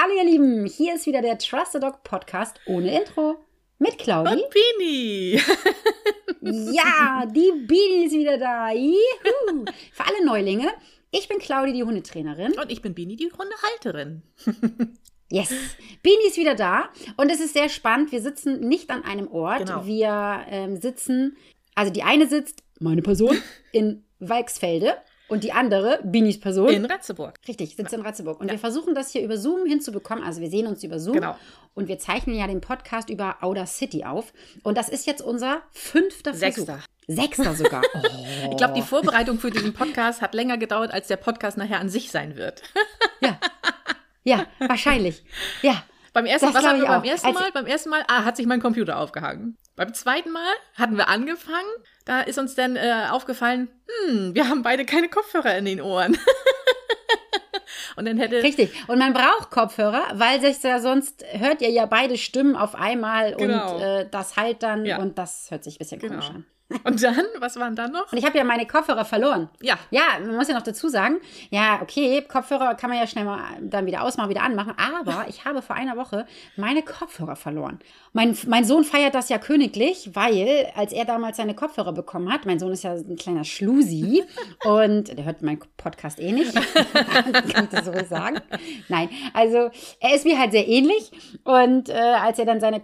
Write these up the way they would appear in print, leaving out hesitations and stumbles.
Hallo ihr Lieben, hier ist wieder der Trust a Dog Podcast ohne Intro mit Claudi. Und Bini. Ja, die Bini ist wieder da. Juhu. Für alle Neulinge, ich bin Claudi, die Hundetrainerin. Und ich bin Bini, die Hundehalterin. Yes, Bini ist wieder da und es ist sehr spannend. Wir sitzen nicht an einem Ort. Genau. Wir sitzen, also die eine sitzt, meine Person, in Weichsfelde. Und die andere, Binis Person. In Ratzeburg. Richtig, sitzt in Ratzeburg. Und wir versuchen das hier über Zoom hinzubekommen. Also wir sehen uns über Zoom. Genau. Und wir zeichnen ja den Podcast über Outer City auf. Und das ist jetzt unser 5. Versuch. 6. sogar. Oh. Ich glaube, die Vorbereitung für diesen Podcast hat länger gedauert, als der Podcast nachher an sich sein wird. Ja, wahrscheinlich. Ja. Beim ersten Mal Also, hat sich mein Computer aufgehangen. Beim zweiten Mal hatten wir angefangen. Da ist uns dann aufgefallen, wir haben beide keine Kopfhörer in den Ohren. Und dann Richtig. Und man braucht Kopfhörer, weil sich ja sonst hört ihr ja beide Stimmen auf einmal Genau. und das halt dann Ja. und das hört sich ein bisschen komisch an. Und dann, was waren dann noch? Und ich habe ja meine Kopfhörer verloren. Ja. Ja, man muss ja noch dazu sagen, ja, okay, Kopfhörer kann man ja schnell mal dann wieder ausmachen, wieder anmachen, aber ich habe vor einer Woche meine Kopfhörer verloren. Mein Sohn feiert das ja königlich, weil, als er damals seine Kopfhörer bekommen hat, mein Sohn ist ja ein kleiner Schlusi und der hört meinen Podcast eh nicht, kann ich das so sagen. Nein, also er ist mir halt sehr ähnlich und als er dann seine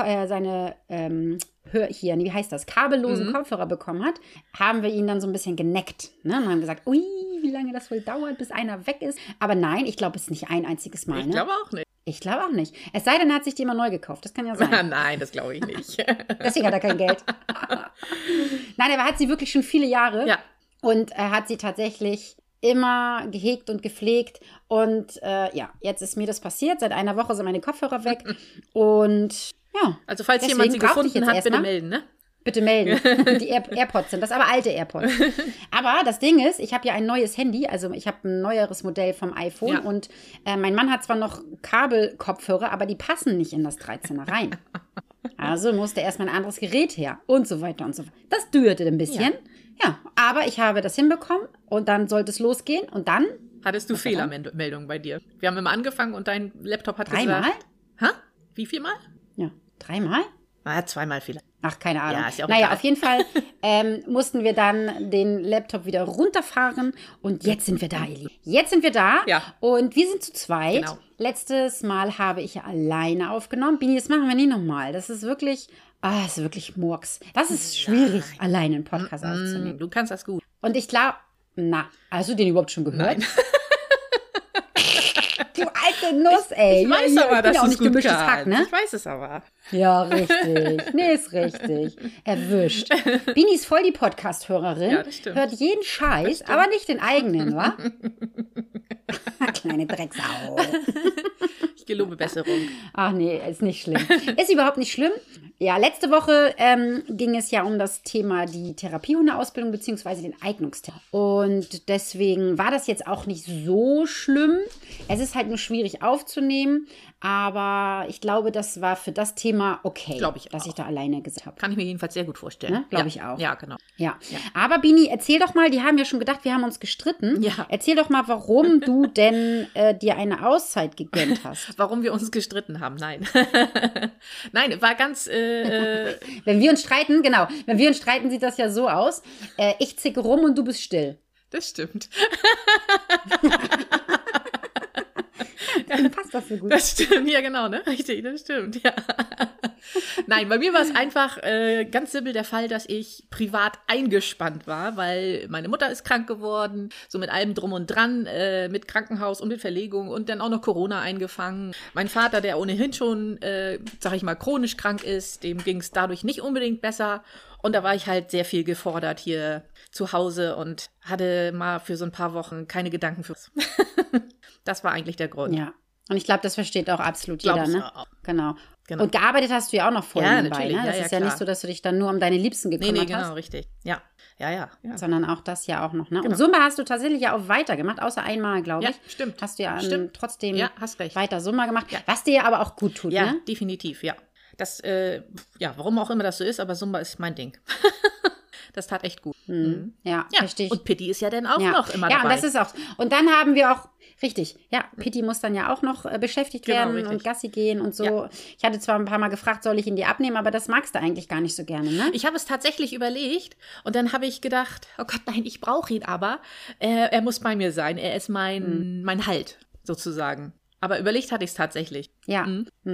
wie heißt das, kabellosen Kopfhörer bekommen hat, haben wir ihn dann so ein bisschen geneckt. Ne? Und haben gesagt, ui, wie lange das wohl dauert, bis einer weg ist. Aber nein, ich glaube, es ist nicht ein einziges Mal. Ich glaube auch nicht. Ich glaube auch nicht. Es sei denn, er hat sich die immer neu gekauft. Das kann ja sein. Nein, das glaube ich nicht. Deswegen hat er kein Geld. Nein, aber er hat sie wirklich schon viele Jahre. Ja. Und er hat sie tatsächlich immer gehegt und gepflegt. Und jetzt ist mir das passiert. Seit einer Woche sind meine Kopfhörer weg. Und ja. Also falls deswegen jemand sie brauchte ich gefunden jetzt hat, bitte erstmal. melden, ne? Bitte melden. Die AirPods sind das, aber alte AirPods. Aber das Ding ist, ich habe ja ein neues Handy, also ich habe ein neueres Modell vom iPhone und mein Mann hat zwar noch Kabelkopfhörer, aber die passen nicht in das 13er rein. Also musste erstmal ein anderes Gerät her und so weiter und so fort. Das dauerte ein bisschen. Ja, aber ich habe das hinbekommen und dann sollte es losgehen und dann... Hattest du Fehlermeldungen bei dir? Wir haben immer angefangen und dein Laptop hat Dreimal? gesagt... Wie vielmal? Ja, 3-mal? Zweimal vielleicht. Ach, keine Ahnung. Ja, ist ja auch naja, egal. auf jeden Fall mussten wir dann den Laptop wieder runterfahren und jetzt sind wir da, ihr Lieben. Jetzt sind wir da und wir sind zu zweit. Genau. Letztes Mal habe ich ja alleine aufgenommen. Bini, das machen wir nie nochmal. Das ist wirklich Murks. Das ist schwierig, alleine einen Podcast aufzunehmen. Du kannst das gut. Und ich glaube, hast du den überhaupt schon gehört? Nein. Du alte Nuss, ey. Ich weiß Ja, aber, ich bin dass ja auch du es nicht gut gemischtes kannst. Hack, ne? Ich weiß es aber. Ja, richtig. Nee, ist richtig. Erwischt. Bini ist voll die Podcast-Hörerin. Ja, das stimmt. Hört jeden Scheiß, aber nicht den eigenen, wa? Kleine Drecksau. Ich gelobe Besserung. Ach nee, ist nicht schlimm. Ist überhaupt nicht schlimm. Ja, letzte Woche ging es ja um das Thema die Therapiehundeausbildung bzw. den Eignungstest. Und deswegen war das jetzt auch nicht so schlimm. Es ist halt nur schwierig aufzunehmen. Aber ich glaube, das war für das Thema okay, Glaube ich dass auch. ich da alleine gesagt habe. Kann ich mir jedenfalls sehr gut vorstellen. Ne? Glaube ich auch. Ja, genau. Ja. Aber Bini, erzähl doch mal, die haben ja schon gedacht, wir haben uns gestritten. Ja. Erzähl doch mal, warum du denn dir eine Auszeit gegönnt hast. Warum wir uns gestritten haben, nein. Nein, war ganz... Wenn wir uns streiten, sieht das ja so aus. Ich zicke rum und du bist still. Das stimmt. Dann passt das so gut. Das stimmt, ja genau, ne? Richtig, das stimmt, ja. Nein, bei mir war es einfach ganz simpel der Fall, dass ich privat eingespannt war, weil meine Mutter ist krank geworden, so mit allem drum und dran, mit Krankenhaus und mit Verlegung und dann auch noch Corona eingefangen. Mein Vater, der ohnehin schon, sag ich mal, chronisch krank ist, dem ging es dadurch nicht unbedingt besser. Und da war ich halt sehr viel gefordert hier zu Hause und hatte mal für so ein paar Wochen keine Gedanken für. Das war eigentlich der Grund. Ja. Und ich glaube, das versteht auch absolut jeder, ne? Auch. Genau. Genau. Und gearbeitet hast du ja auch noch voll Ja, nebenbei, natürlich. ne? Das Ja, ist ja klar. nicht so, dass du dich dann nur um deine Liebsten gekümmert Nee, genau, hast. richtig. Ja. Sondern auch das ja auch noch, ne? Genau. Und Zumba hast du tatsächlich ja auch weitergemacht, außer einmal, glaube ich. Ja, stimmt. Hast du ja Stimmt. trotzdem Ja, hast recht. weiter Zumba gemacht, Ja. was dir aber auch gut tut, Ja, ne? definitiv, ja. Das, warum auch immer das so ist, aber Zumba ist mein Ding. Das tat echt gut. Ja, Ja, verstehe ich. und Pitti ist ja dann auch Ja. noch immer Ja, dabei. und das ist auch. Und dann haben wir auch Richtig, ja. Pitti muss dann ja auch noch beschäftigt werden richtig. und Gassi gehen und so. Ja. Ich hatte zwar ein paar Mal gefragt, soll ich ihn dir abnehmen, aber das magst du eigentlich gar nicht so gerne, ne? Ich habe es tatsächlich überlegt und dann habe ich gedacht, oh Gott, nein, ich brauche ihn aber. Er muss bei mir sein. Er ist mein Halt, sozusagen. Aber überlegt hatte ich es tatsächlich. Ja.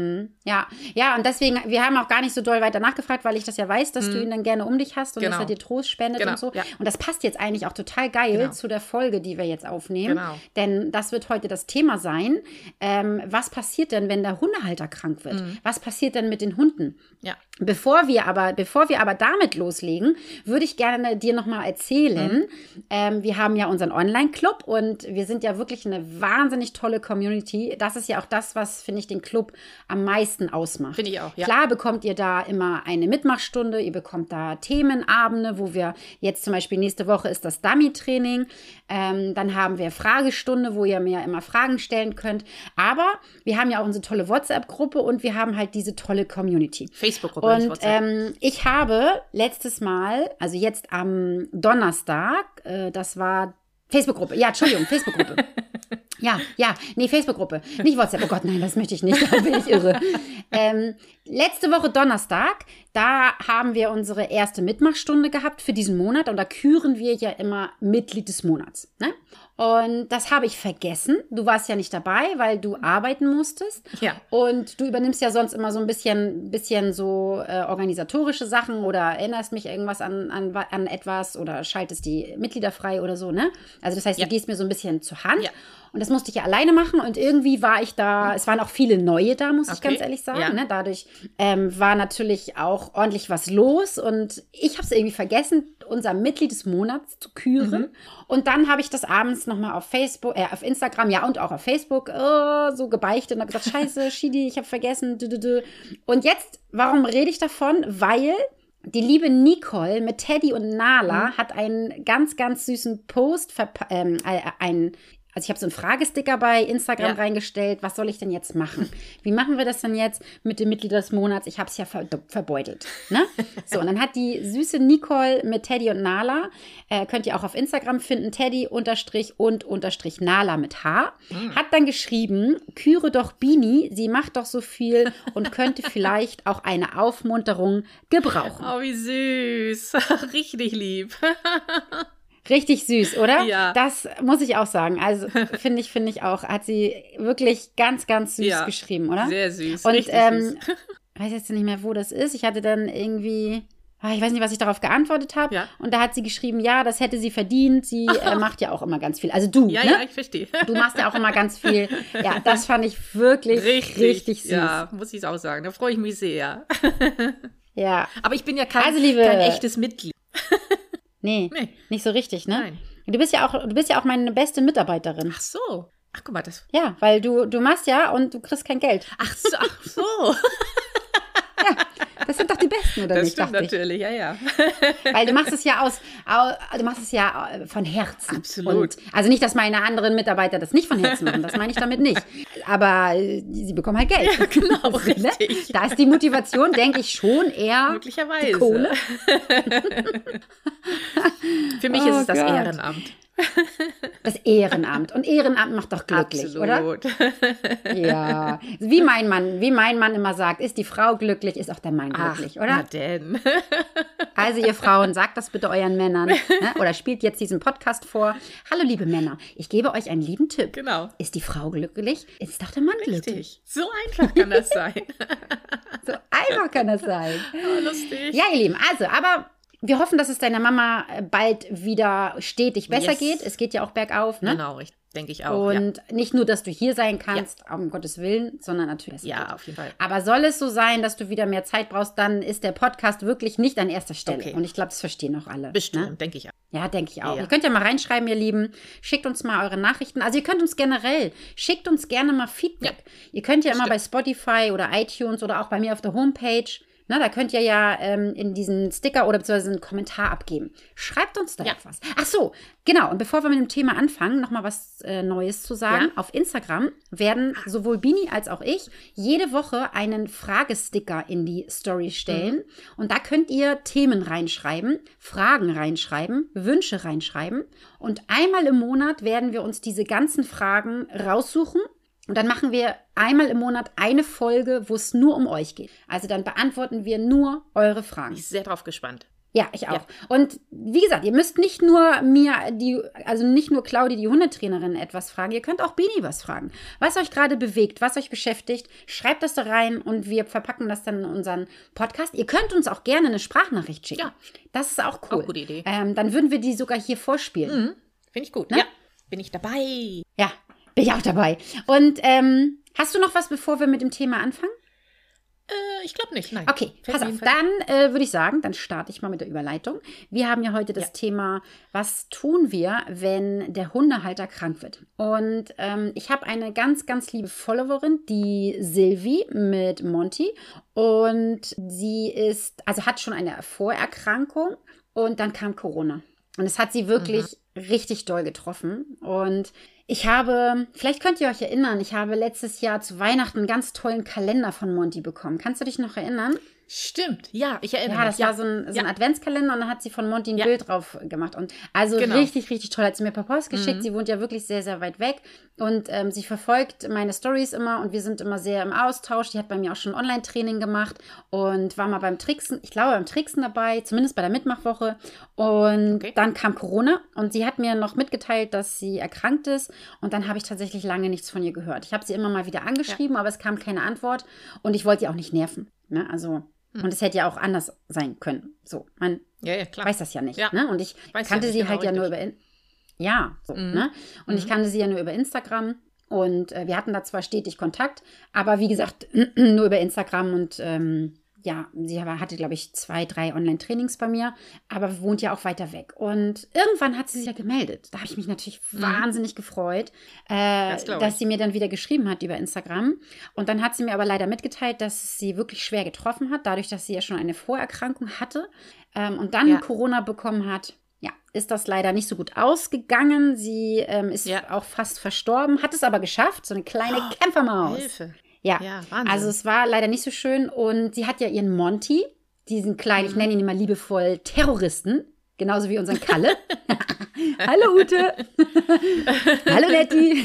Ja, und deswegen, wir haben auch gar nicht so doll weiter nachgefragt, weil ich das ja weiß, dass du ihn dann gerne um dich hast und dass er dir Trost spendet und so. Ja. Und das passt jetzt eigentlich auch total geil zu der Folge, die wir jetzt aufnehmen. Genau. Denn das wird heute das Thema sein. Was passiert denn, wenn der Hundehalter krank wird? Was passiert denn mit den Hunden? Ja. Bevor wir aber damit loslegen, würde ich gerne dir nochmal erzählen, wir haben ja unseren Online-Club und wir sind ja wirklich eine wahnsinnig tolle Community. Das ist ja auch das, was, finde ich, den Club am meisten ausmacht. Finde ich auch, ja. Klar bekommt ihr da immer eine Mitmachstunde, ihr bekommt da Themenabende, wo wir jetzt zum Beispiel nächste Woche ist das Dummy-Training, dann haben wir Fragestunde, wo ihr mir immer Fragen stellen könnt. Aber wir haben ja auch unsere tolle WhatsApp-Gruppe und wir haben halt diese tolle Community. Facebook-Gruppe, nicht Und WhatsApp. ich habe letztes Mal, also jetzt am Donnerstag, das war Facebook-Gruppe, ja, Entschuldigung, Facebook-Gruppe. Facebook-Gruppe, nicht WhatsApp. Oh Gott, nein, das möchte ich nicht, da bin ich irre. Letzte Woche Donnerstag, da haben wir unsere erste Mitmachstunde gehabt für diesen Monat und da küren wir ja immer Mitglied des Monats. Ne? Und das habe ich vergessen. Du warst ja nicht dabei, weil du arbeiten musstest. Ja. Und du übernimmst ja sonst immer so ein bisschen so organisatorische Sachen oder erinnerst mich irgendwas an etwas oder schaltest die Mitglieder frei oder so, ne? Also das heißt, du gehst mir so ein bisschen zur Hand. Ja. Und das musste ich ja alleine machen und irgendwie war ich da, es waren auch viele Neue da, muss ich ganz ehrlich sagen. Ja. Ne? Dadurch war natürlich auch ordentlich was los und ich habe es irgendwie vergessen, unser Mitglied des Monats zu küren. Und dann habe ich das abends nochmal auf Facebook, auf Instagram, ja und auch auf Facebook so gebeichtet und habe gesagt, scheiße, Shidi, ich habe vergessen. Und jetzt, warum rede ich davon? Weil die liebe Nicole mit Teddy und Nala hat einen ganz, ganz süßen Post also ich habe so einen Fragesticker bei Instagram reingestellt. Was soll ich denn jetzt machen? Wie machen wir das denn jetzt mit dem Mitglied des Monats? Ich habe es ja verbeutelt. Ne? So, und dann hat die süße Nicole mit Teddy und Nala, könnt ihr auch auf Instagram finden, Teddy_und_Nala mit H, hat dann geschrieben, küre doch Bini, sie macht doch so viel und könnte vielleicht auch eine Aufmunterung gebrauchen. Oh, wie süß. Richtig lieb. Richtig süß, oder? Ja. Das muss ich auch sagen. Also finde ich auch. Hat sie wirklich ganz, ganz süß geschrieben, oder? Sehr süß. Und richtig süß. weiß jetzt nicht mehr, wo das ist. Ich hatte dann irgendwie, ich weiß nicht, was ich darauf geantwortet habe. Ja. Und da hat sie geschrieben, ja, das hätte sie verdient. Sie macht ja auch immer ganz viel. Also du, Ja, ne? ja, ich verstehe. Du machst ja auch immer ganz viel. Ja, das fand ich wirklich richtig süß. Ja, muss ich auch sagen. Da freue ich mich sehr. Ja. Aber ich bin ja kein echtes Mitglied. Nee, nicht so richtig, ne? Nein. Du bist ja auch meine beste Mitarbeiterin. Ach so. Ach, guck mal, das. Ja, weil du machst ja und du kriegst kein Geld. Ach so. Ja, das sind doch die Besten, oder Das nicht? stimmt natürlich, ja. Weil du machst es ja von Herzen. Absolut. Und, also nicht, dass meine anderen Mitarbeiter das nicht von Herzen machen, das meine ich damit nicht. Aber sie bekommen halt Geld. Ja, genau, Ne? richtig. Da ist die Motivation, denke ich, schon eher Möglicherweise. die Kohle. Für mich ist es das Gott. Ehrenamt. Das Ehrenamt. Und Ehrenamt macht doch glücklich, Absolut. oder? Ja. Wie mein Mann immer sagt, ist die Frau glücklich, ist auch der Mann glücklich, oder? Na denn. Also ihr Frauen, sagt das bitte euren Männern, ne? Oder spielt jetzt diesen Podcast vor. Hallo liebe Männer, ich gebe euch einen lieben Tipp. Genau. Ist die Frau glücklich, ist doch der Mann glücklich. Richtig. So einfach kann das sein. So einfach kann das sein. Oh, lustig. Ja, ihr Lieben, also, aber wir hoffen, dass es deiner Mama bald wieder stetig besser geht. Es geht ja auch bergauf, ne? Genau, richtig. Denke ich auch. Und nicht nur, dass du hier sein kannst, um Gottes Willen, sondern natürlich. Ja, auf jeden Fall. Aber soll es so sein, dass du wieder mehr Zeit brauchst, dann ist der Podcast wirklich nicht an erster Stelle. Okay. Und ich glaube, das verstehen auch alle. Bestimmt, Ne? denke ich auch. Ja, denke ich auch. Ja. Ihr könnt ja mal reinschreiben, ihr Lieben. Schickt uns mal eure Nachrichten. Also ihr könnt uns generell, schickt uns gerne mal Feedback. Ihr könnt ja immer bei Spotify oder iTunes oder auch bei mir auf der Homepage Na, da könnt ihr ja in diesen Sticker oder beziehungsweise einen Kommentar abgeben. Schreibt uns da etwas. Ach so, genau. Und bevor wir mit dem Thema anfangen, nochmal was Neues zu sagen. Auf Instagram werden sowohl Bini als auch ich jede Woche einen Fragesticker in die Story stellen. Und da könnt ihr Themen reinschreiben, Fragen reinschreiben, Wünsche reinschreiben. Und einmal im Monat werden wir uns diese ganzen Fragen raussuchen. Und dann machen wir einmal im Monat eine Folge, wo es nur um euch geht. Also dann beantworten wir nur eure Fragen. Ich bin sehr drauf gespannt. Ja, ich auch. Ja. Und wie gesagt, ihr müsst nicht nur nicht nur Claudi, die Hundetrainerin, etwas fragen. Ihr könnt auch Bini was fragen. Was euch gerade bewegt, was euch beschäftigt, schreibt das da rein und wir verpacken das dann in unseren Podcast. Ihr könnt uns auch gerne eine Sprachnachricht schicken. Ja. Das ist auch cool. Auch gute Idee. Dann würden wir die sogar hier vorspielen. Finde ich gut. Ne? Ja, bin ich dabei. Ja. Bin ich auch dabei. Und hast du noch was, bevor wir mit dem Thema anfangen? Ich glaube nicht, nein. Okay, pass auf. Dann würde ich sagen, dann starte ich mal mit der Überleitung. Wir haben ja heute das Thema, was tun wir, wenn der Hundehalter krank wird? Und ich habe eine ganz, ganz liebe Followerin, die Silvi mit Monty. Und sie hat schon eine Vorerkrankung und dann kam Corona. Und es hat sie wirklich richtig doll getroffen. Und vielleicht könnt ihr euch erinnern, ich habe letztes Jahr zu Weihnachten einen ganz tollen Kalender von Monty bekommen. Kannst du dich noch erinnern? Stimmt, ja, ich erinnere mich. Ja, das war so ein Adventskalender und da hat sie von Monty ein Bild drauf gemacht. Und also richtig, richtig toll. Hat sie mir per Post geschickt. Sie wohnt ja wirklich sehr, sehr weit weg. Und sie verfolgt meine Stories immer und wir sind immer sehr im Austausch. Die hat bei mir auch schon Online-Training gemacht und war mal beim Tricksen dabei, zumindest bei der Mitmachwoche. Und dann kam Corona und sie hat mir noch mitgeteilt, dass sie erkrankt ist. Und dann habe ich tatsächlich lange nichts von ihr gehört. Ich habe sie immer mal wieder angeschrieben, aber es kam keine Antwort. Und ich wollte sie auch nicht nerven. Ne? Also... Und es hätte ja auch anders sein können. So, man weiß das ja nicht. Ja. Ne? Und ich kannte sie halt ja nur über ne? Und ich kannte sie ja nur über Instagram. Und wir hatten da zwar stetig Kontakt, aber wie gesagt, nur über Instagram und sie hatte, glaube ich, 2, 3 Online-Trainings bei mir, aber wohnt ja auch weiter weg. Und irgendwann hat sie sich ja gemeldet. Da habe ich mich natürlich wahnsinnig gefreut, dass sie mir dann wieder geschrieben hat über Instagram. Und dann hat sie mir aber leider mitgeteilt, dass es sie wirklich schwer getroffen hat, dadurch, dass sie ja schon eine Vorerkrankung hatte und dann Corona bekommen hat. Ja, ist das leider nicht so gut ausgegangen. Sie ist auch fast verstorben, hat es aber geschafft, so eine kleine Kämpfermaus. Hilfe. Ja, Wahnsinn. Also es war leider nicht so schön und sie hat ja ihren Monty, diesen kleinen, ich nenne ihn immer liebevoll Terroristen, genauso wie unseren Kalle. Hallo Ute. Hallo Letty.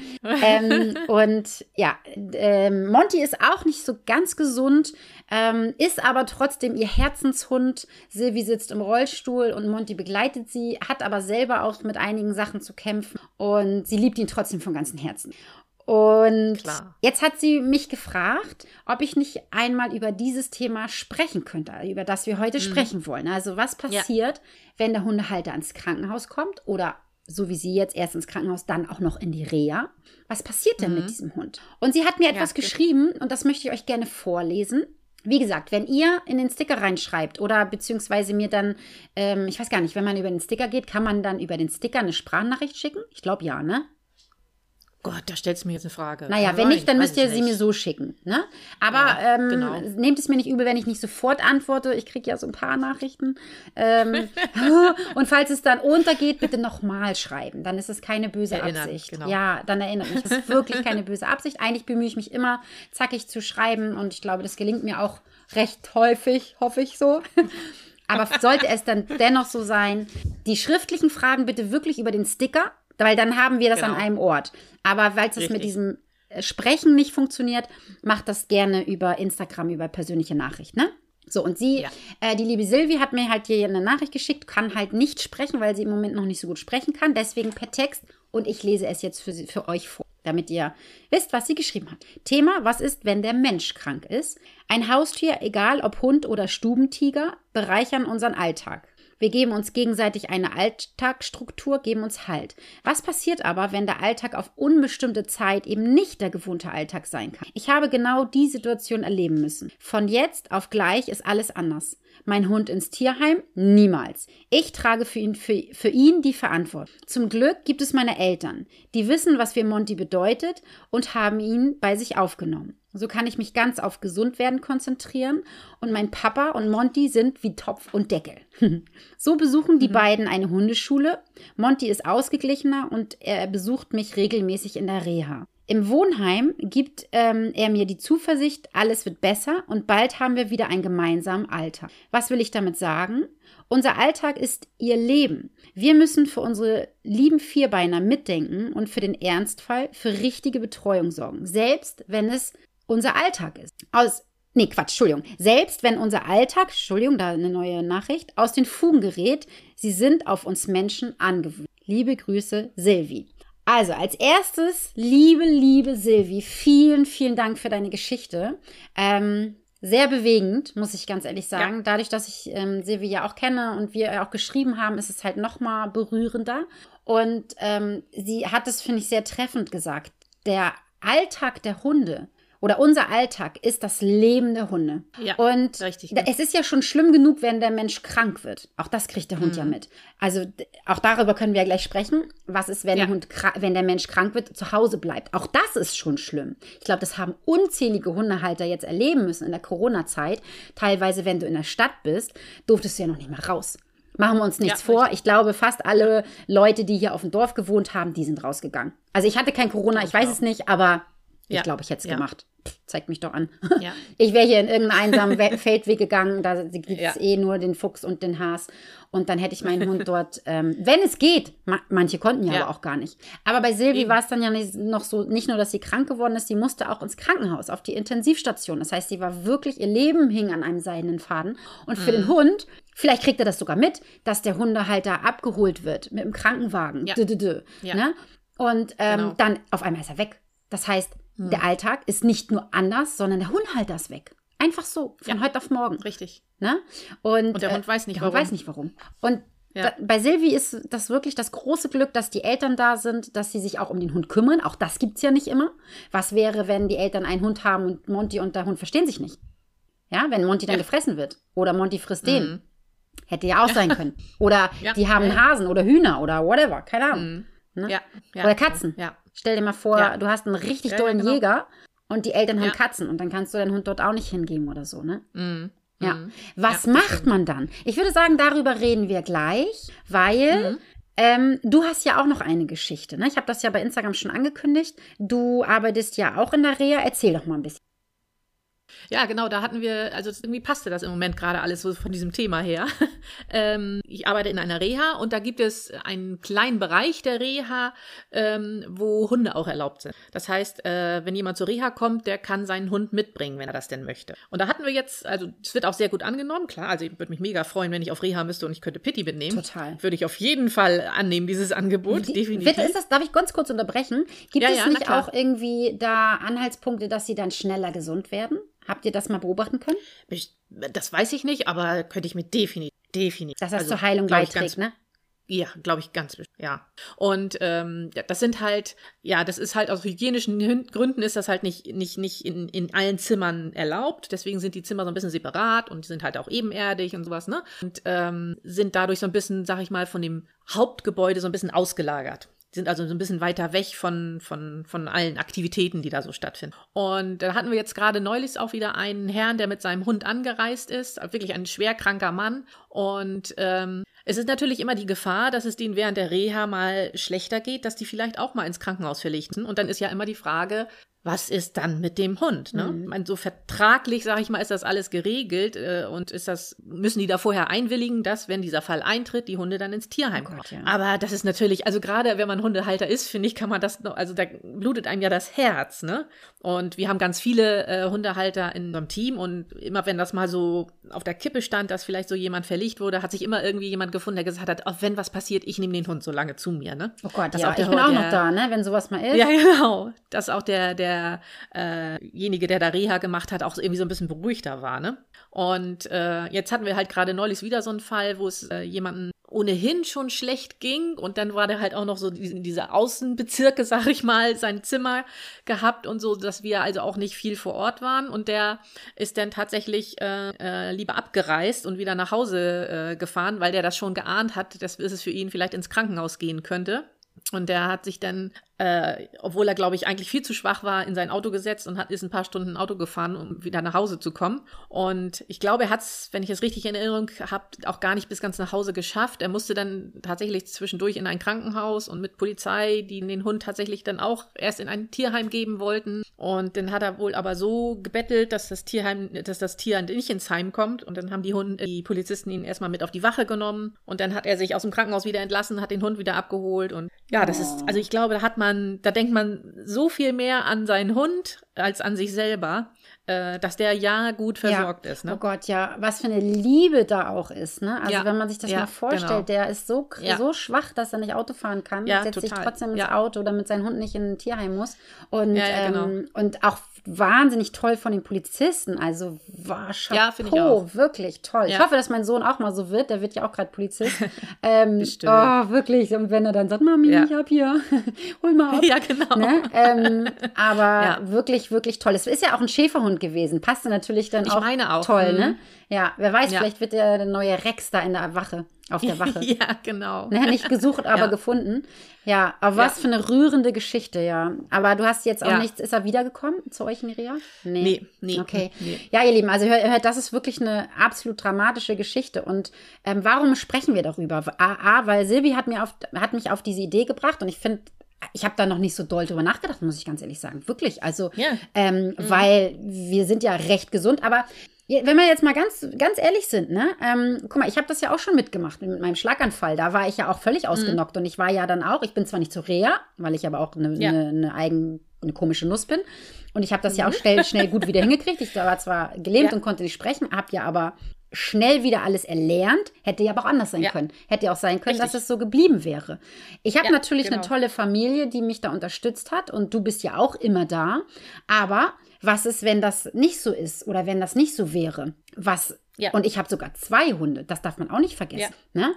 Monty ist auch nicht so ganz gesund, ist aber trotzdem ihr Herzenshund. Silvi sitzt im Rollstuhl und Monty begleitet sie, hat aber selber auch mit einigen Sachen zu kämpfen und sie liebt ihn trotzdem von ganzem Herzen. Und jetzt hat sie mich gefragt, ob ich nicht einmal über dieses Thema sprechen könnte, über das wir heute sprechen wollen. Also was passiert, wenn der Hundehalter ins Krankenhaus kommt oder so wie sie jetzt erst ins Krankenhaus, dann auch noch in die Reha. Was passiert denn mit diesem Hund? Und sie hat mir etwas geschrieben und das möchte ich euch gerne vorlesen. Wie gesagt, wenn ihr in den Sticker reinschreibt oder beziehungsweise mir dann, ich weiß gar nicht, wenn man über den Sticker geht, kann man dann über den Sticker eine Sprachnachricht schicken? Ich glaube ja, ne? Gott, da stellst du mir jetzt eine Frage. Naja, wenn nicht, dann müsst ihr sie mir so schicken. Ne? Aber nehmt es mir nicht übel, wenn ich nicht sofort antworte. Ich kriege ja so ein paar Nachrichten. Und falls es dann untergeht, bitte nochmal schreiben. Dann ist es keine böse Absicht. Genau. Ja, dann erinnert mich. Das ist wirklich keine böse Absicht. Eigentlich bemühe ich mich immer, zackig zu schreiben. Und ich glaube, das gelingt mir auch recht häufig, hoffe ich so. Aber sollte es dann dennoch so sein, die schriftlichen Fragen bitte wirklich über den Sticker, weil dann haben wir das an einem Ort. Aber weil es mit diesem Sprechen nicht funktioniert, macht das gerne über Instagram, über persönliche Nachricht, ne? So, und sie, die liebe Silvi, hat mir halt hier eine Nachricht geschickt, kann halt nicht sprechen, weil sie im Moment noch nicht so gut sprechen kann. Deswegen per Text und ich lese es jetzt für euch vor, damit ihr wisst, was sie geschrieben hat. Thema, was ist, wenn der Mensch krank ist? Ein Haustier, egal ob Hund oder Stubentiger, bereichern unseren Alltag. Wir geben uns gegenseitig eine Alltagsstruktur, geben uns Halt. Was passiert aber, wenn der Alltag auf unbestimmte Zeit eben nicht der gewohnte Alltag sein kann? Ich habe genau die Situation erleben müssen. Von jetzt auf gleich ist alles anders. Mein Hund ins Tierheim? Niemals. Ich trage für ihn die Verantwortung. Zum Glück gibt es meine Eltern, die wissen, was für Monty bedeutet und haben ihn bei sich aufgenommen. So kann ich mich ganz auf Gesundwerden konzentrieren und mein Papa und Monty sind wie Topf und Deckel. So besuchen die beiden eine Hundeschule. Monty ist ausgeglichener und er besucht mich regelmäßig in der Reha. Im Wohnheim gibt er mir die Zuversicht, alles wird besser und bald haben wir wieder einen gemeinsamen Alltag. Was will ich damit sagen? Unser Alltag ist ihr Leben. Wir müssen für unsere lieben Vierbeiner mitdenken und für den Ernstfall für richtige Betreuung sorgen. Selbst wenn es unser Alltag ist. Selbst wenn unser Alltag, da eine neue Nachricht, aus den Fugen gerät, sie sind auf uns Menschen angewöhnt. Liebe Grüße, Silvi. Also als erstes, liebe Silvi, vielen, vielen Dank für deine Geschichte. Sehr bewegend, muss ich ganz ehrlich sagen. Ja. Dadurch, dass ich Silvi ja auch kenne und wir auch geschrieben haben, ist es halt noch mal berührender. Und sie hat es, finde ich, sehr treffend gesagt. Der Alltag der Hunde oder unser Alltag ist das Leben der Hunde. Ja, und richtig. Es ist ja schon schlimm genug, wenn der Mensch krank wird. Auch das kriegt der Hund ja mit. Also auch darüber können wir ja gleich sprechen. Was ist, wenn wenn der Mensch krank wird, zu Hause bleibt? Auch das ist schon schlimm. Ich glaube, das haben unzählige Hundehalter jetzt erleben müssen in der Corona-Zeit. Teilweise, wenn du in der Stadt bist, durftest du ja noch nicht mal raus. Machen wir uns nichts vor. Richtig. Ich glaube, fast alle Leute, die hier auf dem Dorf gewohnt haben, die sind rausgegangen. Also ich hatte kein Corona, ich weiß es nicht, aber ich glaube, ich hätte es gemacht. Zeigt mich doch an. Ja. Ich wäre hier in irgendeinen einsamen Feldweg gegangen, da gibt es nur den Fuchs und den Has. Und dann hätte ich meinen Hund dort, wenn es geht, manche konnten ja aber auch gar nicht. Aber bei Silvi war es dann ja nicht nur, dass sie krank geworden ist, sie musste auch ins Krankenhaus, auf die Intensivstation. Das heißt, sie war wirklich, ihr Leben hing an einem seidenen Faden. Und für den Hund, vielleicht kriegt er das sogar mit, dass der Hundehalter abgeholt wird mit dem Krankenwagen. Ja. Ne? Und dann auf einmal ist er weg. Das heißt, der Alltag ist nicht nur anders, sondern der Hundehalter ist weg. Einfach so, von heute auf morgen. Richtig. Ne? Und der Hund weiß nicht, warum. Und bei Silvi ist das wirklich das große Glück, dass die Eltern da sind, dass sie sich auch um den Hund kümmern. Auch das gibt es ja nicht immer. Was wäre, wenn die Eltern einen Hund haben und Monty und der Hund verstehen sich nicht? Ja, wenn Monty dann gefressen wird. Oder Monty frisst den. Hätte ja auch sein können. Oder die haben Hasen oder Hühner oder whatever. Keine Ahnung. Ne? Oder Katzen. Ja. Stell dir mal vor, du hast einen richtig dollen Jäger und die Eltern haben Katzen und dann kannst du deinen Hund dort auch nicht hingeben oder so, ne? Ja. Was macht man dann? Ich würde sagen, darüber reden wir gleich, weil du hast ja auch noch eine Geschichte, ne? Ich habe das ja bei Instagram schon angekündigt. Du arbeitest ja auch in der Reha. Erzähl doch mal ein bisschen. Ja, genau, da hatten wir, also irgendwie passte das im Moment gerade alles so von diesem Thema her. Ich arbeite in einer Reha und da gibt es einen kleinen Bereich der Reha, wo Hunde auch erlaubt sind. Das heißt, wenn jemand zur Reha kommt, der kann seinen Hund mitbringen, wenn er das denn möchte. Und da hatten wir jetzt, also es wird auch sehr gut angenommen, klar, also ich würde mich mega freuen, wenn ich auf Reha müsste und ich könnte Pitti mitnehmen. Total. Würde ich auf jeden Fall annehmen, dieses Angebot, definitiv. Darf ich ganz kurz unterbrechen? Gibt es nicht auch irgendwie da Anhaltspunkte, dass sie dann schneller gesund werden? Habt ihr das mal beobachten können? Das weiß ich nicht, aber könnte ich mir definitiv. Dass das zur Heilung beiträgt, ne? Ja, glaube ich ganz bestimmt, ja. Und das sind halt, das ist halt aus hygienischen Gründen ist das halt nicht in allen Zimmern erlaubt. Deswegen sind die Zimmer so ein bisschen separat und sind halt auch ebenerdig und sowas, ne? Und sind dadurch so ein bisschen, sag ich mal, von dem Hauptgebäude so ein bisschen ausgelagert. Die sind also so ein bisschen weiter weg von allen Aktivitäten, die da so stattfinden. Und da hatten wir jetzt gerade neulich auch wieder einen Herrn, der mit seinem Hund angereist ist, wirklich ein schwerkranker Mann. Und es ist natürlich immer die Gefahr, dass es denen während der Reha mal schlechter geht, dass die vielleicht auch mal ins Krankenhaus verlegt sind. Und dann ist ja immer die Frage, was ist dann mit dem Hund? Ne? Ich meine, so vertraglich, sage ich mal, ist das alles geregelt und müssen die da vorher einwilligen, dass, wenn dieser Fall eintritt, die Hunde dann ins Tierheim kommen. Ja. Aber das ist natürlich, also gerade wenn man Hundehalter ist, finde ich, kann man das noch, also da blutet einem ja das Herz, ne? Und wir haben ganz viele Hundehalter in unserem Team und immer wenn das mal so auf der Kippe stand, dass vielleicht so jemand verlegt wurde, hat sich immer irgendwie jemand gefunden, der gesagt hat, oh, wenn was passiert, ich nehme den Hund so lange zu mir, ne? Oh Gott, ich bin auch noch da, ne? Wenn sowas mal ist. Ja, genau. Dass auch derjenige, der da Reha gemacht hat, auch irgendwie so ein bisschen beruhigter war, ne? Und jetzt hatten wir halt gerade neulich wieder so einen Fall, wo es jemanden ohnehin schon schlecht ging und dann war der halt auch noch so diese Außenbezirke, sag ich mal, sein Zimmer gehabt und so, dass wir also auch nicht viel vor Ort waren und der ist dann tatsächlich lieber abgereist und wieder nach Hause gefahren, weil der das schon geahnt hat, dass es für ihn vielleicht ins Krankenhaus gehen könnte. Und der hat sich dann, obwohl er, glaube ich, eigentlich viel zu schwach war, in sein Auto gesetzt und ist ein paar Stunden Auto gefahren, um wieder nach Hause zu kommen. Und ich glaube, er hat es, wenn ich es richtig in Erinnerung habe, auch gar nicht bis ganz nach Hause geschafft. Er musste dann tatsächlich zwischendurch in ein Krankenhaus und mit Polizei, die den Hund tatsächlich dann auch erst in ein Tierheim geben wollten. Und dann hat er wohl aber so gebettelt, dass das Tier nicht ins Heim kommt. Und dann haben die Polizisten ihn erstmal mit auf die Wache genommen. Und dann hat er sich aus dem Krankenhaus wieder entlassen, hat den Hund wieder abgeholt. Und ja, das ist, also ich glaube, da denkt man so viel mehr an seinen Hund als an sich selber, dass der ja gut versorgt ist. Ne? Oh Gott, ja, was für eine Liebe da auch ist. Ne? Also wenn man sich das mal vorstellt, genau. Der ist so schwach, dass er nicht Auto fahren kann, setzt sich trotzdem ins Auto, damit sein Hund nicht in ein Tierheim muss. Und, genau. Und auch wahnsinnig toll von den Polizisten. Also war finde ich auch. Wirklich toll. Ja. Ich hoffe, dass mein Sohn auch mal so wird. Der wird ja auch gerade Polizist. Bestimmt. Oh, wirklich. Und wenn er dann sagt, Mami, ich hab hier, hol mal ab. Ja, genau. Ne? Aber wirklich, wirklich toll. Es ist ja auch ein Schäferhund gewesen. Passte natürlich dann auch toll, ne? Ja, wer weiß, vielleicht wird der neue Rex da in der Wache, auf der Wache. Ja, genau. Ne, nicht gesucht, aber gefunden. Ja, aber was für eine rührende Geschichte, ja. Aber du hast jetzt auch nichts, ist er wiedergekommen zu euch in Ria? Nee. Okay. Nee. Ja, ihr Lieben, also hört, das ist wirklich eine absolut dramatische Geschichte. Und warum sprechen wir darüber? Weil Silvi hat mich auf diese Idee gebracht und ich finde, ich habe da noch nicht so doll drüber nachgedacht, muss ich ganz ehrlich sagen. Wirklich. Also, weil wir sind ja recht gesund, aber wenn wir jetzt mal ganz, ganz ehrlich sind, ne? Guck mal, ich habe das ja auch schon mitgemacht mit meinem Schlaganfall. Da war ich ja auch völlig ausgenockt und ich war ja dann auch, ich bin zwar nicht zur Reha, weil ich aber auch eine komische Nuss bin und ich habe das ja auch schnell gut wieder hingekriegt. Ich war zwar gelähmt und konnte nicht sprechen, habe ja aber schnell wieder alles erlernt. Hätte ja aber auch anders sein können. Hätte ja auch sein können, dass es so geblieben wäre. Ich habe natürlich eine tolle Familie, die mich da unterstützt hat und du bist ja auch immer da. Aber was ist, wenn das nicht so ist oder wenn das nicht so wäre? Und ich habe sogar 2 Hunde, das darf man auch nicht vergessen. Ne?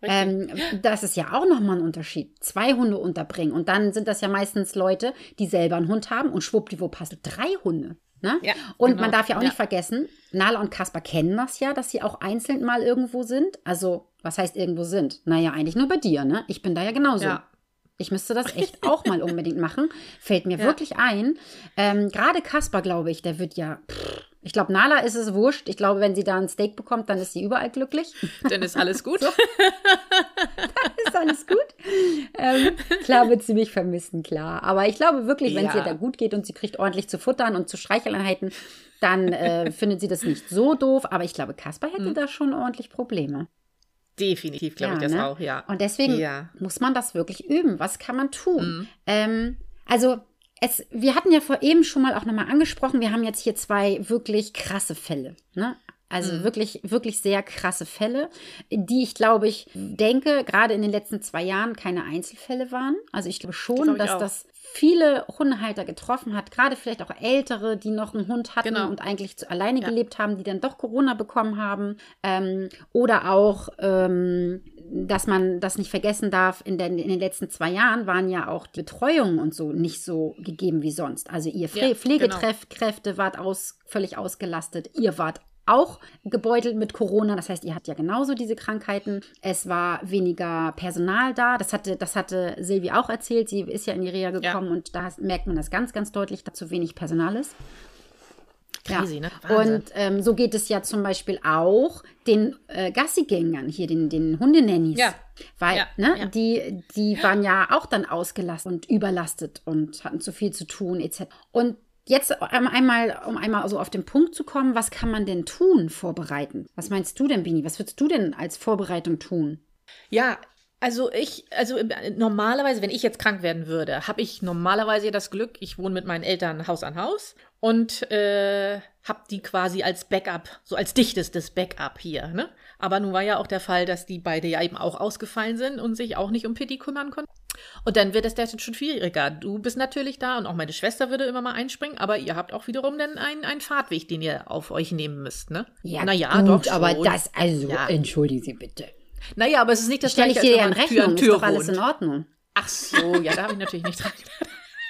Das ist ja auch nochmal ein Unterschied. 2 Hunde unterbringen und dann sind das ja meistens Leute, die selber einen Hund haben und schwuppdiwupp hast du 3 Hunde. Ne? Ja, und man darf ja auch nicht vergessen, Nala und Kaspar kennen das ja, dass sie auch einzeln mal irgendwo sind. Also, was heißt irgendwo sind? Naja, eigentlich nur bei dir, ne? Ich bin da ja genauso. Ja. Ich müsste das echt auch mal unbedingt machen. Fällt mir wirklich ein. Gerade Kaspar, glaube ich, der wird ja... Ich glaube, Nala ist es wurscht. Ich glaube, wenn sie da ein Steak bekommt, dann ist sie überall glücklich. Dann ist alles gut. Dann ist alles gut. Klar wird sie mich vermissen, klar. Aber ich glaube wirklich, wenn es ihr da gut geht und sie kriegt ordentlich zu futtern und zu Streicheleinheiten, dann findet sie das nicht so doof. Aber ich glaube, Kaspar hätte da schon ordentlich Probleme. Definitiv, glaube ich das auch, ja. Und deswegen muss man das wirklich üben. Was kann man tun? Wir hatten ja vor eben schon mal auch nochmal angesprochen, wir haben jetzt hier 2 wirklich krasse Fälle, ne? Also wirklich, wirklich sehr krasse Fälle, die ich denke, gerade in den letzten 2 Jahren keine Einzelfälle waren. Also ich glaube schon, dass das viele Hundehalter getroffen hat, gerade vielleicht auch Ältere, die noch einen Hund hatten und eigentlich alleine gelebt haben, die dann doch Corona bekommen haben. Oder auch, dass man das nicht vergessen darf, in den letzten 2 Jahren waren ja auch die Betreuungen und so nicht so gegeben wie sonst. Also ihr Pflegekräfte wart völlig ausgelastet, ihr wart auch gebeutelt mit Corona. Das heißt, ihr habt ja genauso diese Krankheiten. Es war weniger Personal da. Das hatte Silvi auch erzählt. Sie ist ja in die Reha gekommen und da merkt man das ganz, ganz deutlich, dass zu wenig Personal ist. Crazy, ne? Wahnsinn. Und so geht es ja zum Beispiel auch den Gassigängern, hier den Hundenannies. Ja. Weil, die waren ja auch dann ausgelastet und überlastet und hatten zu viel zu tun, etc. Und jetzt einmal so auf den Punkt zu kommen, was kann man denn tun, vorbereiten? Was meinst du denn, Bini? Was würdest du denn als Vorbereitung tun? Ja, also normalerweise, wenn ich jetzt krank werden würde, habe ich normalerweise das Glück, ich wohne mit meinen Eltern Haus an Haus und habe die quasi als Backup, so als dichtestes Backup hier, ne? Aber nun war ja auch der Fall, dass die beide ja eben auch ausgefallen sind und sich auch nicht um Pitti kümmern konnten. Und dann wird es dann schon schwieriger. Du bist natürlich da und auch meine Schwester würde immer mal einspringen, aber ihr habt auch wiederum dann einen Fahrtweg, den ihr auf euch nehmen müsst, ne? Ja, naja, doch schon. Aber das, entschuldigen Sie bitte. Naja, aber es ist nicht das Gleiche, als wenn man Tür an Tür wohnt. Ist doch alles in Ordnung. Ach so, ja, da habe ich natürlich nicht dran gedacht.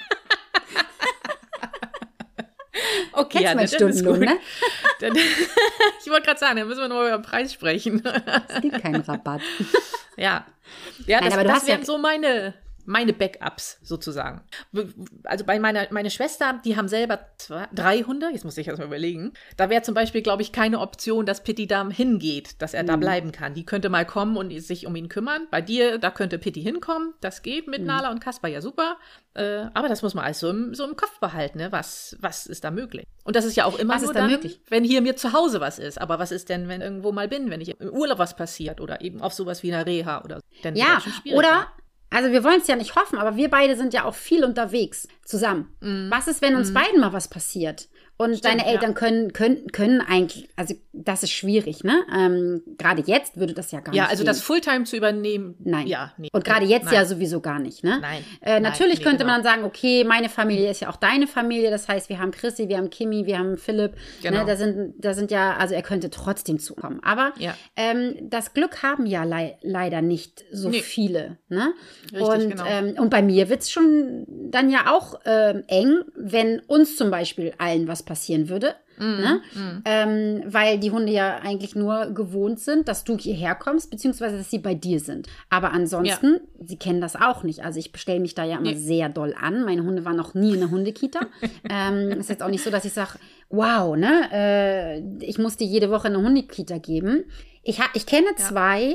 Okay, ja, mein Stundenlohn, ne? Ich wollte gerade sagen, da müssen wir noch über den Preis sprechen. Es gibt keinen Rabatt. Ja, das wären so meine meine Backups sozusagen. Also bei meine Schwester, die haben selber 3 Hunde, jetzt muss ich erst mal überlegen. Da wäre zum Beispiel, glaube ich, keine Option, dass Pitti da hingeht, dass er da bleiben kann. Die könnte mal kommen und sich um ihn kümmern. Bei dir, da könnte Pitti hinkommen. Das geht mit Nala und Kasper, ja super. Aber das muss man alles so im Kopf behalten, ne? Was ist da möglich? Und das ist ja auch immer nur dann, wenn hier mir zu Hause was ist. Aber was ist denn, wenn irgendwo mal bin, wenn ich im Urlaub was passiert oder eben auf sowas wie einer Reha oder so? Dann ja, schon schwierig, oder ne? Also wir wollen es ja nicht hoffen, aber wir beide sind ja auch viel unterwegs zusammen. Was ist, wenn uns beiden mal was passiert? Und Stimmt, deine Eltern können eigentlich, also das ist schwierig, ne? Gerade jetzt würde das ja gar nicht Ja, also gehen. das Fulltime zu übernehmen. Nein. Ja, nee. Und gerade jetzt ja sowieso gar nicht, ne? Nein. Natürlich Nein, könnte man dann sagen, okay, meine Familie ist ja auch deine Familie. Das heißt, wir haben Chrissy, wir haben Kimi, wir haben Philipp. Genau. Ne? Da sind ja, also er könnte trotzdem zukommen. Aber das Glück haben ja leider nicht so viele, ne? Richtig, Und bei mir wird es schon dann ja auch eng, wenn uns zum Beispiel allen was passieren würde. Ne? Weil die Hunde ja eigentlich nur gewohnt sind, dass du hierher kommst, beziehungsweise dass sie bei dir sind. Aber ansonsten, sie kennen das auch nicht. Also ich stelle mich da ja immer sehr doll an. Meine Hunde waren noch nie in der Hundekita. Ist jetzt auch nicht so, dass ich sage, wow, ne? Ich musste jede Woche eine Hundekita geben. Ich kenne 2,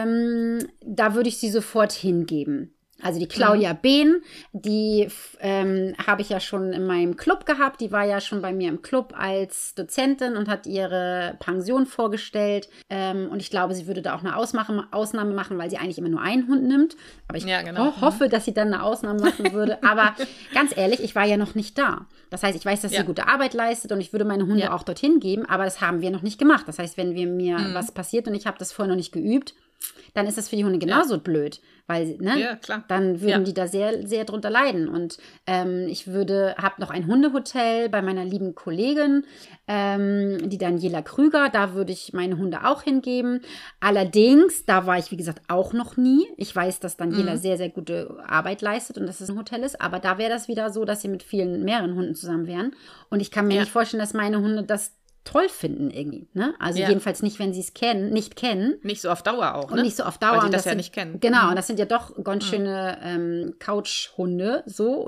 da würde ich sie sofort hingeben. Also die Claudia Behn, die habe ich ja schon in meinem Club gehabt. Die war ja schon bei mir im Club als Dozentin und hat ihre Pension vorgestellt. Und ich glaube, sie würde da auch eine Ausnahme machen, weil sie eigentlich immer nur einen Hund nimmt. Aber ich hoffe, dass sie dann eine Ausnahme machen würde. Aber ganz ehrlich, ich war ja noch nicht da. Das heißt, ich weiß, dass sie gute Arbeit leistet und ich würde meine Hunde auch dorthin geben. Aber das haben wir noch nicht gemacht. Das heißt, wenn mir was passiert und ich habe das vorher noch nicht geübt, dann ist das für die Hunde genauso blöd, weil dann würden die da sehr, sehr drunter leiden. Und ich habe noch ein Hundehotel bei meiner lieben Kollegin, die Daniela Krüger, da würde ich meine Hunde auch hingeben. Allerdings, da war ich, wie gesagt, auch noch nie. Ich weiß, dass Daniela sehr, sehr gute Arbeit leistet und dass es ein Hotel ist, aber da wäre das wieder so, dass sie mit mehreren Hunden zusammen wären. Und ich kann mir nicht vorstellen, dass meine Hunde das toll finden irgendwie, ne? Also jedenfalls nicht, wenn sie es nicht kennen. Nicht so auf Dauer auch, ne? Und nicht so auf Dauer. Weil die das ja nicht kennen. Genau, und das sind ja doch ganz schöne Couchhunde,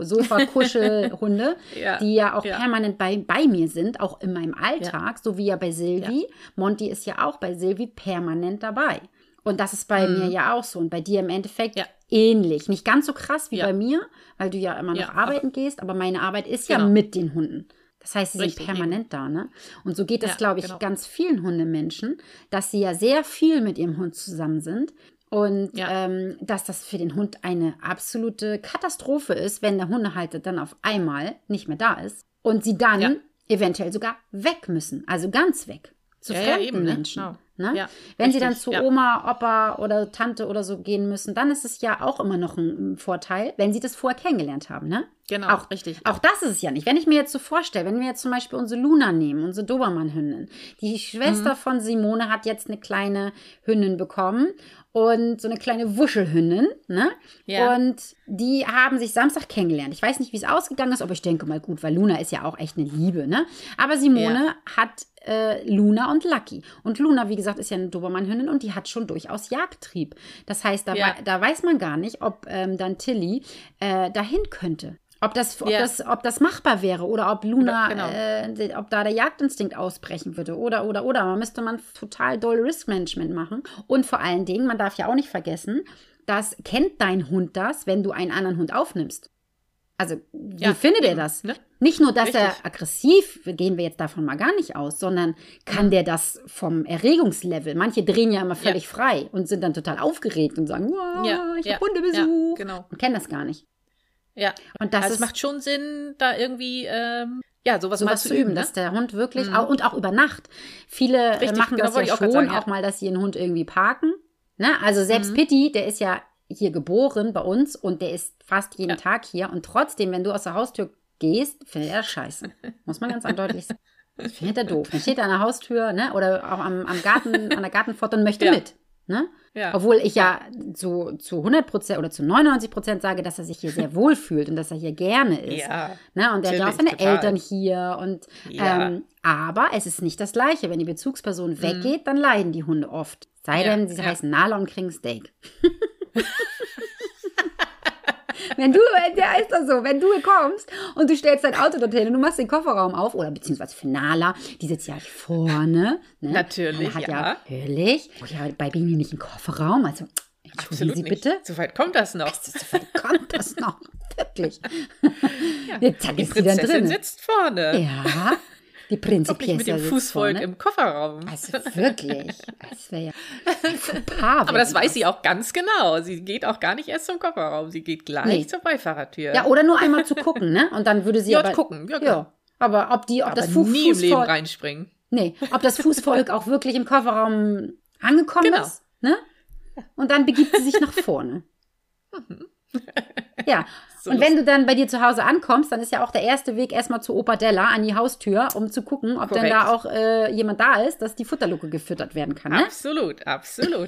Sofa-Kuschelhunde, die ja auch permanent bei mir sind, auch in meinem Alltag, so wie ja bei Silvi. Monty ist ja auch bei Silvi permanent dabei. Und das ist bei mir ja auch so. Und bei dir im Endeffekt ähnlich. Nicht ganz so krass wie bei mir, weil du ja immer noch arbeiten gehst, aber meine Arbeit ist ja mit den Hunden. Das heißt, sie sind permanent da, ne? Und so geht es, glaube ich, ganz vielen Hundemenschen, dass sie ja sehr viel mit ihrem Hund zusammen sind und dass das für den Hund eine absolute Katastrophe ist, wenn der Hundehalter dann auf einmal nicht mehr da ist und sie dann eventuell sogar weg müssen, also ganz weg, zu fremden Menschen. Genau. Ne? Ja, wenn sie dann zu Oma, Opa oder Tante oder so gehen müssen, dann ist es ja auch immer noch ein Vorteil, wenn sie das vorher kennengelernt haben, ne? Genau, richtig. Auch das ist es ja nicht. Wenn ich mir jetzt so vorstelle, wenn wir jetzt zum Beispiel unsere Luna nehmen, unsere Dobermann-Hündin, die Schwester von Simone hat jetzt eine kleine Hündin bekommen und so eine kleine Wuschelhündin, ne? Ja. Und die haben sich Samstag kennengelernt. Ich weiß nicht, wie es ausgegangen ist, aber ich denke mal gut, weil Luna ist ja auch echt eine Liebe, ne? Aber Simone hat Luna und Lucky. Und Luna, wie gesagt, ist ja eine Dobermann-Hündin und die hat schon durchaus Jagdtrieb. Das heißt, da weiß man gar nicht, ob dann Tilly dahin könnte. Ob das machbar wäre oder ob Luna, ob da der Jagdinstinkt ausbrechen würde oder. Da müsste man total doll Risk-Management machen. Und vor allen Dingen, man darf ja auch nicht vergessen, kennt dein Hund das, wenn du einen anderen Hund aufnimmst. Also, wie findet er das? Ne? Nicht nur, dass er aggressiv, gehen wir jetzt davon mal gar nicht aus, sondern kann der das vom Erregungslevel? Manche drehen ja immer völlig frei und sind dann total aufgeregt und sagen, wow, ich habe Hundebesuch. Ja, genau. Und kennen das gar nicht. Ja, und es macht schon Sinn, da irgendwie sowas mal zu üben, ne? Dass der Hund wirklich, und auch über Nacht. Viele machen das ja schon, auch mal, dass sie einen Hund irgendwie parken. Ne? Also selbst Pitti, der ist ja hier geboren bei uns und der ist fast jeden Tag hier. Und trotzdem, wenn du aus der Haustür gehst, findet er das scheiße. Muss man ganz eindeutig sagen. Das findet er doof. Dann steht er an der Haustür, ne? Oder auch am Garten, an der Gartenpforte und möchte mit. Ne? Ja. Obwohl ich ja zu 100% oder zu 99% sage, dass er sich hier sehr wohl fühlt und dass er hier gerne ist. Ja, ne? Und er hat ja auch seine Eltern hier. Und, aber es ist nicht das Gleiche. Wenn die Bezugsperson weggeht, dann leiden die Hunde oft. Sei denn, sie heißen Nala und kriegen Steak. Der ist doch so, wenn du kommst und du stellst dein Auto dorthin und du machst den Kofferraum auf, oder beziehungsweise für Nala, die sitzt ja vorne. Ne? Natürlich, Nala hat natürlich. Oh ja, bei Bini nicht einen Kofferraum, also absolut Sie nicht. bitte? So weit kommt das noch. So weit kommt das noch, wirklich. Ja. Jetzt Die ist sie dann Prinzessin drin. sitzt vorne. Ja, die Wirklich mit Prinzessin dem Fußvolk im Kofferraum. Also wirklich, das wäre ja Aber das weiß sie auch ganz genau. Sie geht auch gar nicht erst zum Kofferraum. Sie geht gleich zur Beifahrertür. Ja, oder nur einmal zu gucken, ne? Und dann würde sie Ja, aber gucken. Ja, ja. Aber ob aber das nie im Leben Fußvolk, reinspringen. nee, ob das Fußvolk auch wirklich im Kofferraum angekommen Genau. ist, ne? Und dann begibt sie sich nach vorne. Ja, So und wenn du dann bei dir zu Hause ankommst, dann ist ja auch der erste Weg erstmal zu Opa Della an die Haustür, um zu gucken, ob denn Korrekt. da auch jemand da ist, dass die Futterluke gefüttert werden kann. Ne? Absolut, absolut.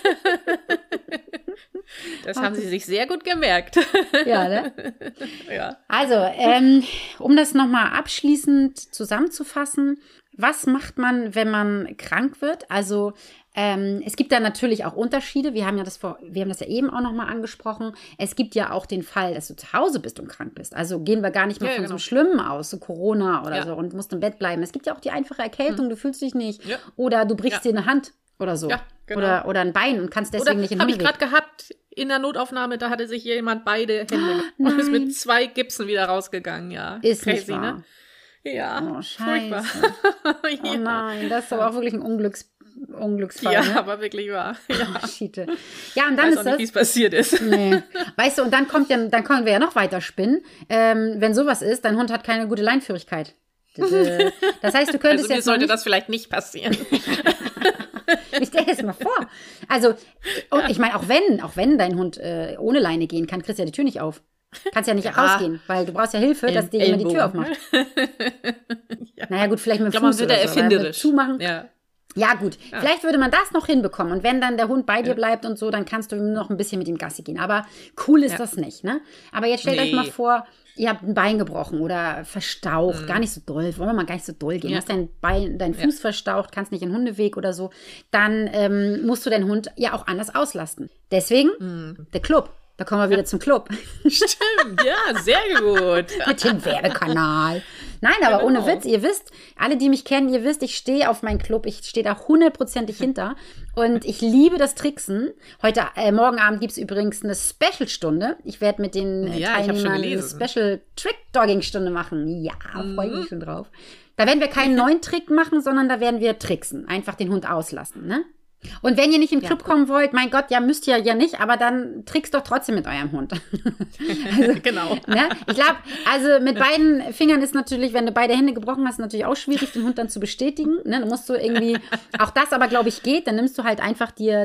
Das haben sie sich sehr gut gemerkt. Ja, ne? Ja. Also, um das nochmal abschließend zusammenzufassen, was macht man, wenn man krank wird? Also, es gibt da natürlich auch Unterschiede. Wir haben das ja eben auch nochmal angesprochen. Es gibt ja auch den Fall, dass du zu Hause bist und krank bist. Also gehen wir gar nicht mehr von so einem Schlimmen aus, so Corona oder so, und musst im Bett bleiben. Es gibt ja auch die einfache Erkältung, du fühlst dich nicht. Ja. Oder du brichst dir eine Hand oder so. Ja, genau. Oder ein Bein und kannst deswegen nicht in den Habe ich Hundeweg. gerade gehabt in der Notaufnahme, da hatte sich jemand beide Hände und ist mit 2 Gipsen wieder rausgegangen. Ja, ist crazy, nicht wahr. Ne? Ja, Oh, scheiße. furchtbar. Oh nein, das ist aber auch wirklich ein Unglücksfall. Ja, ne? aber wirklich wahr. Ja. Schiete. Ja, und dann Weiß ist auch nicht, das. wie es passiert ist. Nee. Weißt du, und dann können wir ja noch weiter spinnen. Wenn sowas ist, dein Hund hat keine gute Leinführigkeit. Das heißt, du könntest Also mir jetzt sollte noch das vielleicht nicht passieren. ich stell dir das mal vor. Also, und ich meine, auch wenn dein Hund ohne Leine gehen kann, kriegst du ja die Tür nicht auf. Kannst ja nicht rausgehen, weil du brauchst ja Hilfe, dass dir jemand die Tür aufmacht. Ja. Naja, gut, vielleicht mit dem Ich glaube, man Fuß wird oder da so, erfinderisch. zumachen. Ja. Ja, gut. Vielleicht würde man das noch hinbekommen. Und wenn dann der Hund bei dir bleibt und so, dann kannst du noch ein bisschen mit ihm Gassi gehen. Aber cool ist das nicht, ne? Aber jetzt stellt euch mal vor, ihr habt ein Bein gebrochen oder verstaucht. Gar nicht so doll. Wollen wir mal gar nicht so doll gehen. Du hast dein Fuß verstaucht, kannst nicht in den Hundeweg oder so. Dann musst du deinen Hund ja auch anders auslasten. Deswegen der Club. Da kommen wir wieder zum Club. Stimmt, ja, sehr gut. Mit dem Werbekanal. Nein, aber ohne Witz, ihr wisst, alle, die mich kennen, ihr wisst, ich stehe auf meinen Club, ich stehe da 100%ig hinter und ich liebe das Tricksen. Morgen Abend gibt es übrigens eine Special-Stunde. Ich werde mit den Teilnehmern eine Special-Trick-Dogging-Stunde machen. Ja, freue ich mich schon drauf. Da werden wir keinen neuen Trick machen, sondern da werden wir tricksen. Einfach den Hund auslassen, ne? Und wenn ihr nicht in den Club kommen wollt, mein Gott, ja, müsst ihr ja nicht, aber dann trickst doch trotzdem mit eurem Hund. Also, genau. Ne? Ich glaube, also mit beiden Fingern ist natürlich, wenn du beide Hände gebrochen hast, natürlich auch schwierig, den Hund dann zu bestätigen. Ne? Dann musst du irgendwie, auch das aber, glaube ich, geht, dann nimmst du halt einfach dir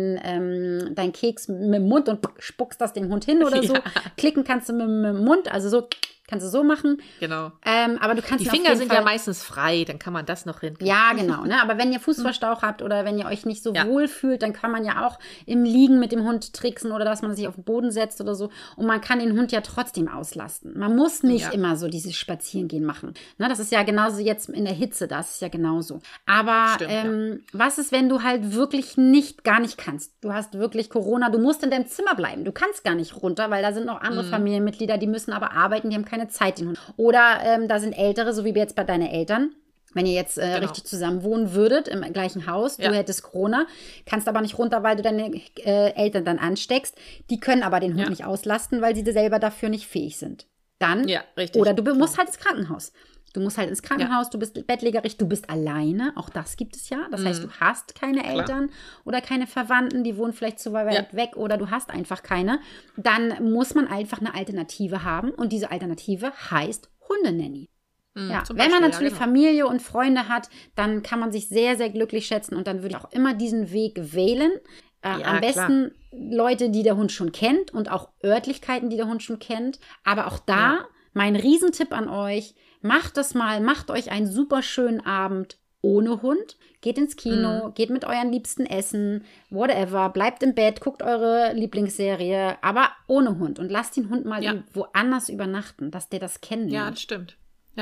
dein Keks mit dem Mund und spuckst das dem Hund hin oder so. Klicken kannst du mit dem Mund, also so kannst du so machen. Genau. Aber du kannst Die auf Finger jeden sind Fall, ja meistens frei, dann kann man das noch hinkriegen. ja, genau. Ne? Aber wenn ihr Fußverstauch habt oder wenn ihr euch nicht so wohl fühlt, dann kann man ja auch im Liegen mit dem Hund tricksen oder dass man sich auf den Boden setzt oder so. Und man kann den Hund ja trotzdem auslasten. Man muss nicht immer so dieses Spazierengehen machen. Ne? Das ist ja genauso jetzt in der Hitze, das ist ja genauso. Aber Stimmt, was ist, wenn du halt wirklich gar nicht kannst? Du hast wirklich Corona, du musst in deinem Zimmer bleiben. Du kannst gar nicht runter, weil da sind noch andere Familienmitglieder, die müssen aber arbeiten, die haben keine Zeit, den Hund. Oder da sind Ältere, so wie jetzt bei deinen Eltern. Wenn ihr jetzt richtig zusammen wohnen würdet, im gleichen Haus, du hättest Corona, kannst aber nicht runter, weil du deine Eltern dann ansteckst. Die können aber den Hund nicht auslasten, weil sie selber dafür nicht fähig sind. Dann, oder du musst halt ins Krankenhaus. Du musst halt ins Krankenhaus, du bist bettlägerig, du bist alleine, auch das gibt es ja. Das heißt, du hast keine Eltern oder keine Verwandten, die wohnen vielleicht zu weit weg oder du hast einfach keine. Dann muss man einfach eine Alternative haben und diese Alternative heißt Hundenanny. Ja, wenn man natürlich Familie und Freunde hat, dann kann man sich sehr, sehr glücklich schätzen und dann würde ich auch immer diesen Weg wählen. Am besten Leute, die der Hund schon kennt und auch Örtlichkeiten, die der Hund schon kennt. Aber auch da mein Riesentipp an euch, macht das mal, macht euch einen super schönen Abend ohne Hund. Geht ins Kino, geht mit euren Liebsten essen, whatever, bleibt im Bett, guckt eure Lieblingsserie, aber ohne Hund und lasst den Hund mal woanders übernachten, dass der das kennenlernt. Ja, das stimmt. Ja.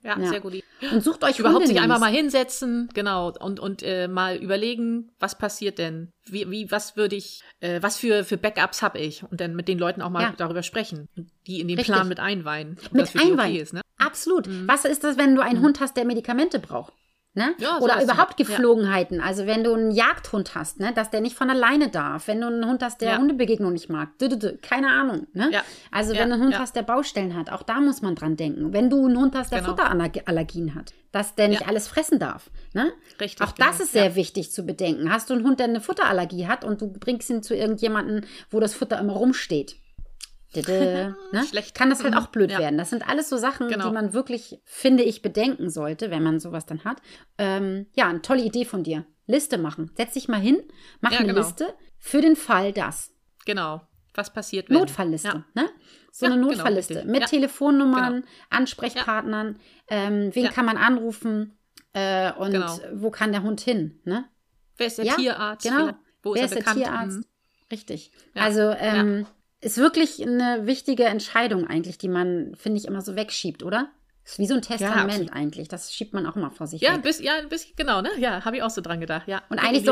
Ja, sehr gut. Und sucht euch überhaupt sich einmal mal hinsetzen, genau, und mal überlegen, was passiert denn? Was würde ich, was für Backups habe ich? Und dann mit den Leuten auch mal darüber sprechen und die in den Plan mit einweihen. Mit das für die okay ist, ne? Absolut. Was ist das, wenn du einen Hund hast, der Medikamente braucht? Ne? Ja, oder überhaupt Geflogenheiten. Ja. Also wenn du einen Jagdhund hast, ne, dass der nicht von alleine darf. Wenn du einen Hund hast, der Hundebegegnung nicht mag. Keine Ahnung. Ne? Ja. Also wenn du einen Hund hast, der Baustellen hat, auch da muss man dran denken. Wenn du einen Hund hast, der Futterallergien hat, dass der nicht alles fressen darf. Ne? Richtig. Auch das ist sehr wichtig zu bedenken. Hast du einen Hund, der eine Futterallergie hat und du bringst ihn zu irgendjemandem, wo das Futter immer rumsteht. Ne? Schlecht. Kann das halt auch blöd werden. Das sind alles so Sachen, die man wirklich, finde ich, bedenken sollte, wenn man sowas dann hat. Eine tolle Idee von dir. Liste machen. Setz dich mal hin, mach eine Liste für den Fall, dass. Genau. Was passiert, wenn. Notfallliste. Ne? So eine Notfallliste mit Telefonnummern, Ansprechpartnern, wen kann man anrufen und wo kann der Hund hin. Ne? Wer ist der Tierarzt? Genau. Wer ist der Tierarzt? Richtig. Ja. Also ist wirklich eine wichtige Entscheidung eigentlich, die man, finde ich, immer so wegschiebt, oder? Ist wie so ein Testament eigentlich. Das schiebt man auch immer vor sich weg. Ein bisschen, genau, ne? Ja, habe ich auch so dran gedacht, ja. Und eigentlich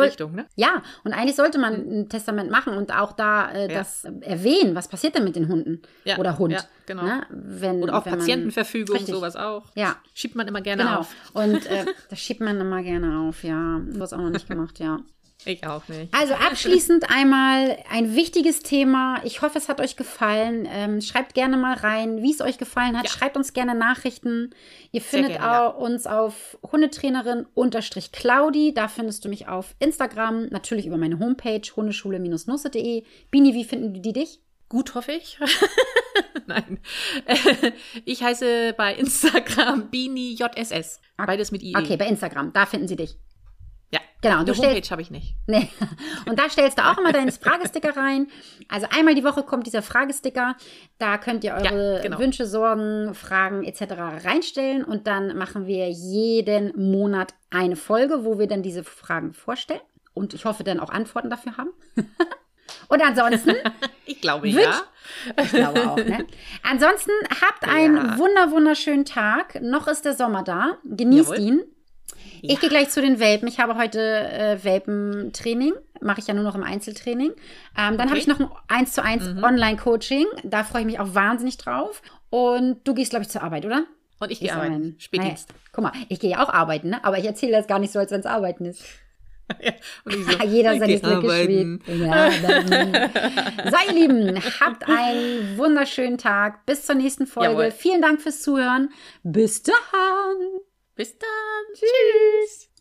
sollte man ein Testament machen und auch da das erwähnen, was passiert denn mit den Hunden oder Hund. Ja, genau. Ne? Oder auch Patientenverfügung, sowas auch. Ja. Schiebt man immer gerne auf. Und das schiebt man immer gerne auf, ja. Du hast auch noch nicht gemacht, ja. Ich auch nicht. Also abschließend einmal ein wichtiges Thema. Ich hoffe, es hat euch gefallen. Schreibt gerne mal rein, wie es euch gefallen hat. Ja. Schreibt uns gerne Nachrichten. Ihr findet uns auf Hundetrainerin_Claudi. Da findest du mich auf Instagram. Natürlich über meine Homepage hundeschule-nusse.de. Bini, wie finden die dich? Gut, hoffe ich. Nein. Ich heiße bei Instagram BiniJSS. Beides mit IE. Okay, bei Instagram. Da finden sie dich. Ja, genau. Die Homepage habe ich nicht. Nee. Und da stellst du auch immer deinen Fragesticker rein. Also einmal die Woche kommt dieser Fragesticker. Da könnt ihr eure Wünsche, Sorgen, Fragen etc. reinstellen. Und dann machen wir jeden Monat eine Folge, wo wir dann diese Fragen vorstellen. Und ich hoffe dann auch Antworten dafür haben. Und ansonsten... Ich glaube, ja. Ich glaube auch, ne? Ansonsten habt einen wunderschönen Tag. Noch ist der Sommer da. Genießt ihn. Ich gehe gleich zu den Welpen. Ich habe heute Welpentraining. Mache ich ja nur noch im Einzeltraining. Dann habe ich noch ein 1:1 Online-Coaching. Da freue ich mich auch wahnsinnig drauf. Und du gehst, glaube ich, zur Arbeit, oder? Und ich gehe arbeiten. Spätdienst. Naja, guck mal, ich gehe ja auch arbeiten, ne? Aber ich erzähle das gar nicht so, als wenn es Arbeiten ist. Ja, und ich so, jeder seine Stücke schwebt. Ja, so, ihr Lieben, habt einen wunderschönen Tag. Bis zur nächsten Folge. Jawohl. Vielen Dank fürs Zuhören. Bis dann. Bis dann. Tschüss.